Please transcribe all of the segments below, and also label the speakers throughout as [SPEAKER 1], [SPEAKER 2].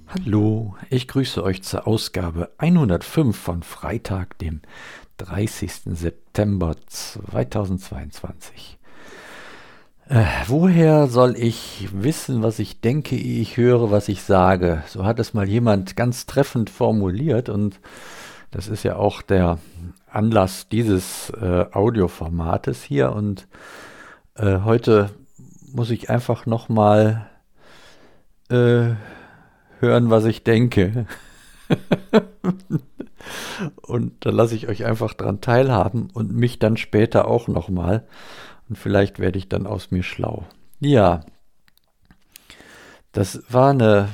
[SPEAKER 1] Hallo, ich grüße euch zur Ausgabe 105 von Freitag, dem 30. September 2022. Woher soll ich wissen, was ich denke, ehe ich höre, was ich sage? So hat es mal jemand ganz treffend formuliert und das ist ja auch der Anlass dieses Audioformates hier und heute muss ich einfach nochmal äh, hören, was ich denke. Und da lasse ich euch einfach dran teilhaben und mich dann später auch nochmal. Und vielleicht werde ich dann aus mir schlau. Ja, das war eine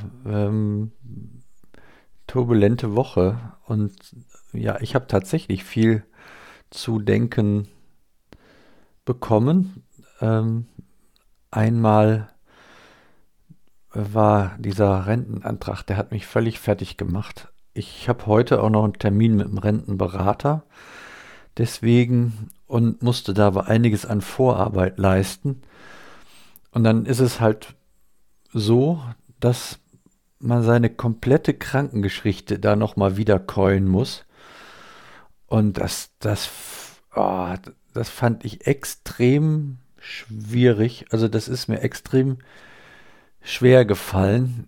[SPEAKER 1] turbulente Woche und ja, ich habe tatsächlich viel zu denken bekommen. Einmal war dieser Rentenantrag, der hat mich völlig fertig gemacht. Ich habe heute auch noch einen Termin mit dem Rentenberater. Deswegen und musste da aber einiges an Vorarbeit leisten. Und dann ist es halt so, dass man seine komplette Krankengeschichte da nochmal wieder keulen muss. Und das fand ich extrem schwierig. Also das ist mir extrem schwer gefallen.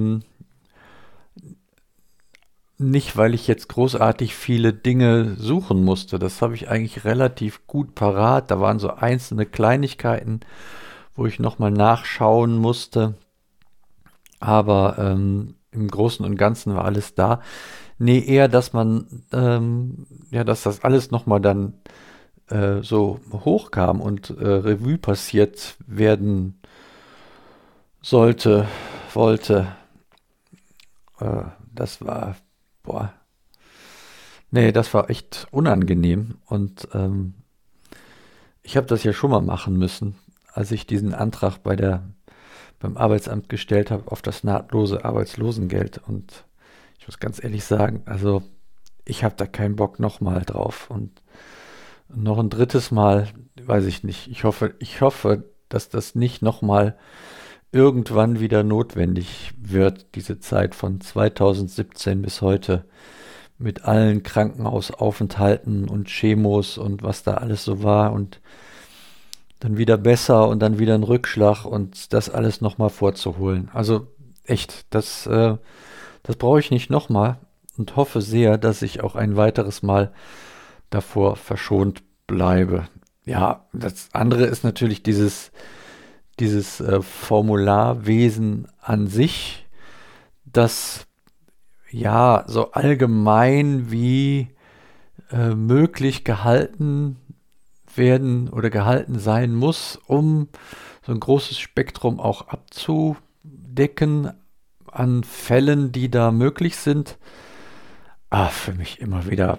[SPEAKER 1] Nicht, weil ich jetzt großartig viele Dinge suchen musste. Das habe ich eigentlich relativ gut parat. Da waren so einzelne Kleinigkeiten, wo ich nochmal nachschauen musste. Aber im Großen und Ganzen war alles da. Nee, eher, dass ja, dass das alles nochmal dann so hochkam und Revue passiert werden sollte, wollte. Das war, boah, nee, das war echt unangenehm. Und ich habe das ja schon mal machen müssen, als ich diesen Antrag beim Arbeitsamt gestellt habe auf das nahtlose Arbeitslosengeld. Und ich muss ganz ehrlich sagen, also ich habe da keinen Bock nochmal drauf. Und noch ein drittes Mal, weiß ich nicht. Ich hoffe, dass das nicht nochmal irgendwann wieder notwendig wird, diese Zeit von 2017 bis heute mit allen Krankenhausaufenthalten und Chemos und was da alles so war und dann wieder besser und dann wieder ein Rückschlag und das alles nochmal vorzuholen. Also echt, das brauche ich nicht nochmal und hoffe sehr, dass ich auch ein weiteres Mal davor verschont bleibe. Ja, das andere ist natürlich dieses Formularwesen an sich, das ja so allgemein wie möglich gehalten werden oder gehalten sein muss, um so ein großes Spektrum auch abzudecken an Fällen, die da möglich sind. Für mich immer wieder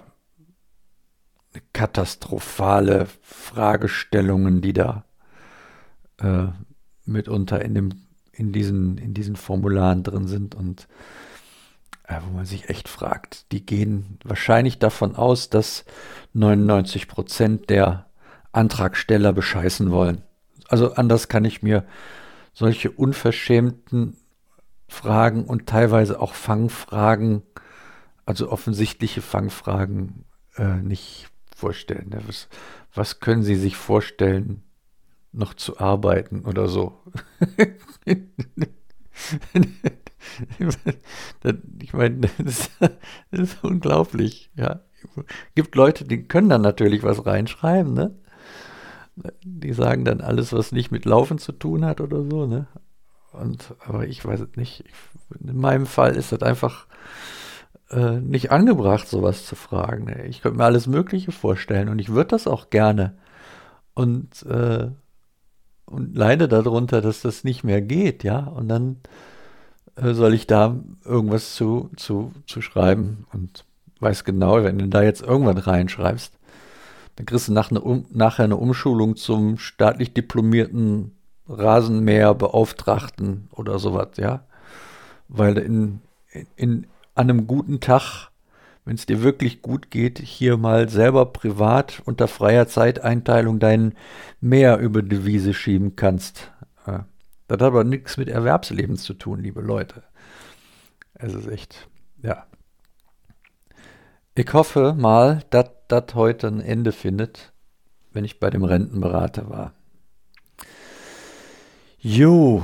[SPEAKER 1] katastrophale Fragestellungen, die da äh, mitunter in diesen Formularen drin sind und wo man sich echt fragt, die gehen wahrscheinlich davon aus, dass 99% der Antragsteller bescheißen wollen. Also anders kann ich mir solche unverschämten Fragen und teilweise auch Fangfragen, also offensichtliche Fangfragen, nicht vorstellen. Ja, was können Sie sich vorstellen, noch zu arbeiten oder so? Ich meine, das ist unglaublich, ja. Gibt Leute, die können dann natürlich was reinschreiben, ne? Die sagen dann alles, was nicht mit Laufen zu tun hat oder so, ne? Aber ich weiß es nicht. In meinem Fall ist das einfach nicht angebracht, sowas zu fragen. Ne? Ich könnte mir alles Mögliche vorstellen und ich würde das auch gerne. Und, äh, und leide darunter, dass das nicht mehr geht, ja. Und dann soll ich da irgendwas zu schreiben und weiß genau, wenn du da jetzt irgendwas reinschreibst, dann kriegst du nachher eine Umschulung zum staatlich diplomierten Rasenmäherbeauftragten oder sowas, ja. Weil du an einem guten Tag, wenn es dir wirklich gut geht, hier mal selber privat unter freier Zeiteinteilung deinen Mäher über die Wiese schieben kannst. Das hat aber nichts mit Erwerbsleben zu tun, liebe Leute. Es ist echt, ja. Ich hoffe mal, dass das heute ein Ende findet, wenn ich bei dem Rentenberater war. Jo,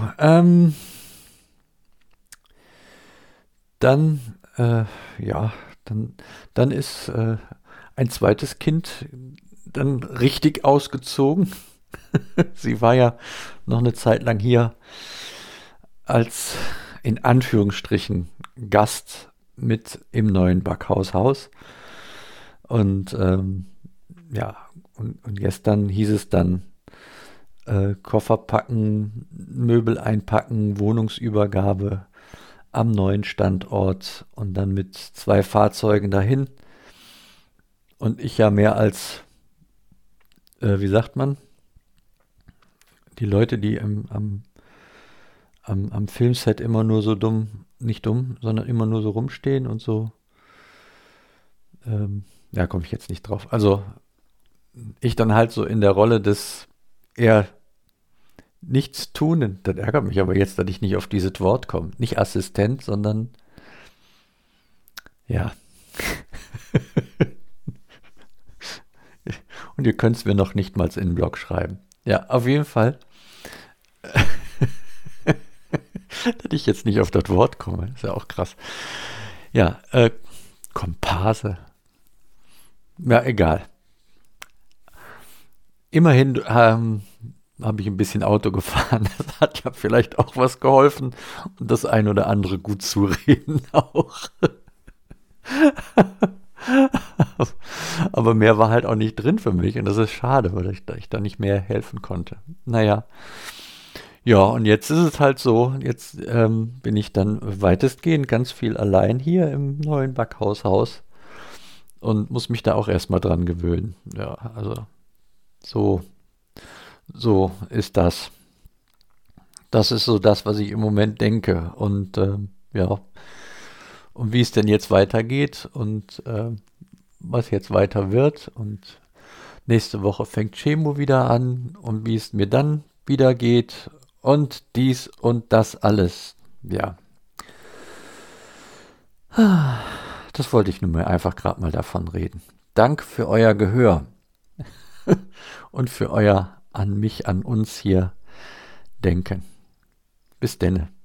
[SPEAKER 1] dann, ja, dann, dann ist ein zweites Kind dann richtig ausgezogen. Sie war ja noch eine Zeit lang hier als in Anführungsstrichen Gast mit im neuen Backhaushaus. Und ja, und gestern hieß es dann Koffer packen, Möbel einpacken, Wohnungsübergabe am neuen Standort und dann mit 2 Fahrzeugen dahin. Und ich ja mehr als, wie sagt man, die Leute, die am Filmset immer nur so dumm, nicht dumm, sondern immer nur so rumstehen und so. Ja, komme ich jetzt nicht drauf. Also ich dann halt so in der Rolle des eher Nichtstunen. Das ärgert mich aber jetzt, dass ich nicht auf dieses Wort komme. Nicht Assistent, sondern ja. Und ihr könnt es mir noch nicht mal in den Blog schreiben. Ja, auf jeden Fall. Dass ich jetzt nicht auf das Wort komme. Ist ja auch krass. Ja, Komparse. Ja, egal. Immerhin habe ich ein bisschen Auto gefahren. Das hat ja vielleicht auch was geholfen. Und das ein oder andere gut zureden auch. Aber mehr war halt auch nicht drin für mich. Und das ist schade, weil ich da nicht mehr helfen konnte. Naja. Ja, und jetzt ist es halt so, jetzt bin ich dann weitestgehend ganz viel allein hier im neuen Backhaushaus und muss mich da auch erstmal dran gewöhnen. Ja, also so, so ist das. Das ist so das, was ich im Moment denke. Und ja, und wie es denn jetzt weitergeht und was jetzt weiter wird. Und nächste Woche fängt Chemo wieder an und wie es mir dann wieder geht und dies und das alles. Ja, das wollte ich nun mal einfach gerade mal davon reden. Dank für euer Gehör und für euer an mich, an uns hier denken. Bis denne.